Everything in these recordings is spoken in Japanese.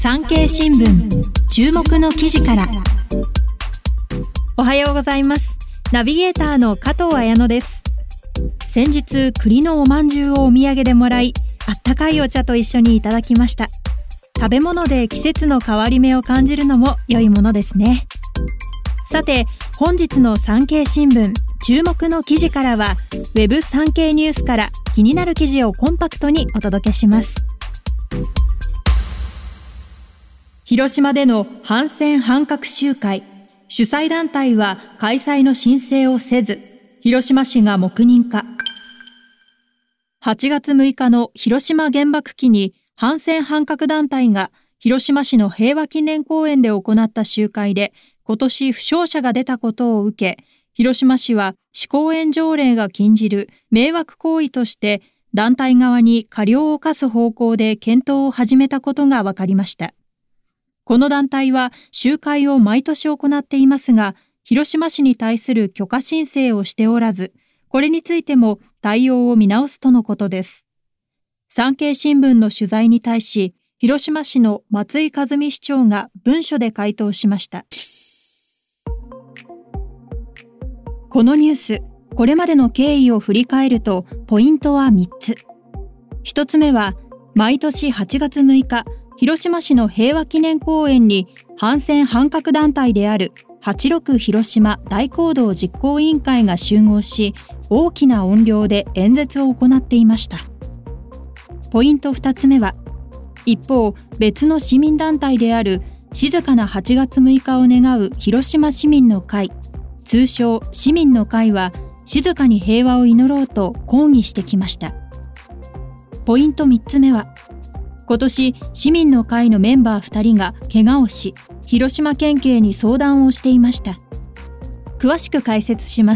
産経新聞注目の記事から。おはようございます。ナビゲーターの加藤彩乃です。先日栗のおまんじゅうをお土産でもらい、あったかいお茶と一緒にいただきました。食べ物で季節の変わり目を感じるのも良いものですね。さて、本日の産経新聞注目の記事からは、ウェブ産経ニュースから気になる記事をコンパクトにお届けします。広島での反戦反核集会、主催団体は開催の申請をせず、広島市が黙認か。8月6日の広島原爆期に反戦反核団体が広島市の平和記念公園で行った集会で、今年負傷者が出たことを受け、広島市は市公園条例が禁じる迷惑行為として団体側に過料を課す方向で検討を始めたことが分かりました。この団体は集会を毎年行っていますが、広島市に対する許可申請をしておらず、これについても対応を見直すとのことです。産経新聞の取材に対し、広島市の松井一実市長が文書で回答しました。このニュース、これまでの経緯を振り返ると、ポイントは3つ。1つ目は、毎年8月6日、広島市の平和記念公園に反戦反核団体である86広島大行動実行委員会が集合し、大きな音量で演説を行っていました。ポイント2つ目は、一方、別の市民団体である静かな8月6日を願う広島市民の会、通称市民の会は、静かに平和を祈ろうと抗議してきました。ポイント3つ目は、今年市民の会のメンバー2人が怪我をし、広島県警に相談をしていました。詳しく解説します。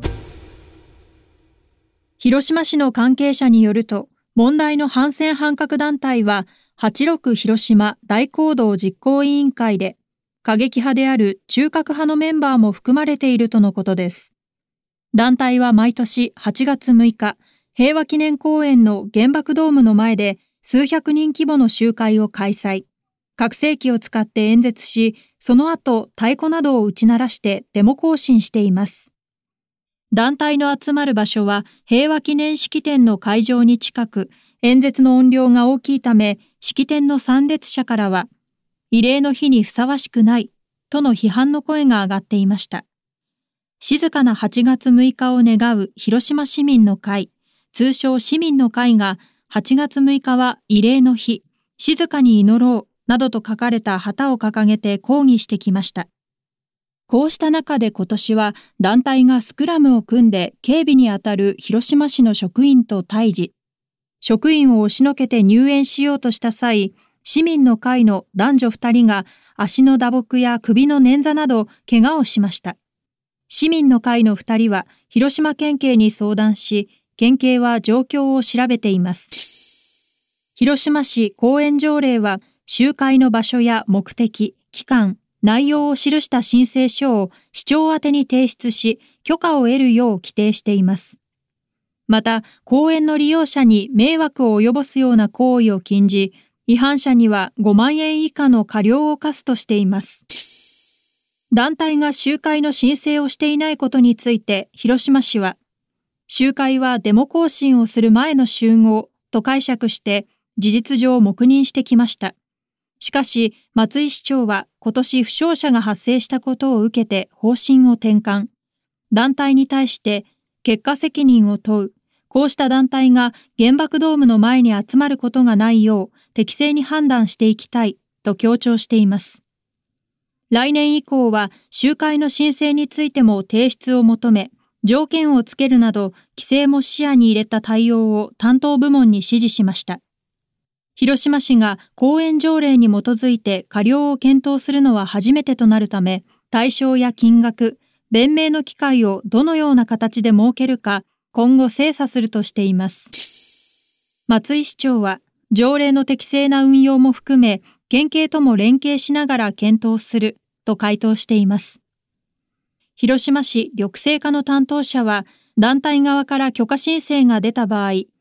広島市の関係者によると、問題の反戦反核団体は86広島大行動実行委員会で、過激派である中核派のメンバーも含まれているとのことです。団体は毎年8月6日、平和記念公園の原爆ドームの前で数百人規模の集会を開催。拡声器を使って演説し、その後太鼓などを打ち鳴らしてデモ行進しています。団体の集まる場所は平和記念式典の会場に近く、演説の音量が大きいため、式典の参列者からは、慰霊の日にふさわしくないとの批判の声が上がっていました。静かな8月6日を願う広島市民の会、通称市民の会が、8月6日は慰霊の日、静かに祈ろうなどと書かれた旗を掲げて抗議してきました。こうした中で今年は団体がスクラムを組んで警備に当たる広島市の職員と対峙。職員を押しのけて入園しようとした際、市民の会の男女2人が足の打撲や首の捻挫など怪我をしました。市民の会の2人は広島県警に相談し、県警は状況を調べています。広島市公園条例は集会の場所や目的、期間、内容を記した申請書を市長宛てに提出し、許可を得るよう規定しています。また、公園の利用者に迷惑を及ぼすような行為を禁じ、違反者には5万円以下の過料を課すとしています。団体が集会の申請をしていないことについて、広島市は、集会はデモ行進をする前の集合と解釈して事実上黙認してきました。しかし松井市長は今年負傷者が発生したことを受けて方針を転換。団体に対して結果責任を問う。こうした団体が原爆ドームの前に集まることがないよう適正に判断していきたいと強調しています。来年以降は集会の申請についても提出を求め、条件をつけるなど規制も視野に入れた対応を担当部門に指示しました。広島市が公園条例に基づいて過料を検討するのは初めてとなるため、対象や金額、弁明の機会をどのような形で設けるか今後精査するとしています。松井市長は条例の適正な運用も含め県警とも連携しながら検討すると回答しています。広島市緑生課の担当者は団体側から許可申請が出た場合、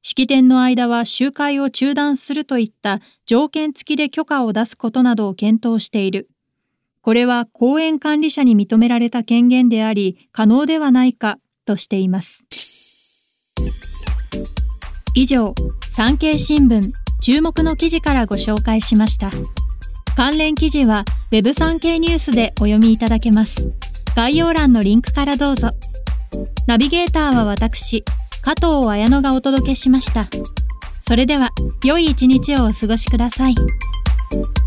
式典の間は集会を中断するといった条件付きで許可を出すことなどを検討している。これは公園管理者に認められた権限であり、可能ではないかとしています。以上、産経新聞注目の記事からご紹介しました。関連記事は Web 産経ニュースでお読みいただけます。概要欄のリンクからどうぞ。ナビゲーターは私、加藤綾乃がお届けしました。それでは、良い一日をお過ごしください。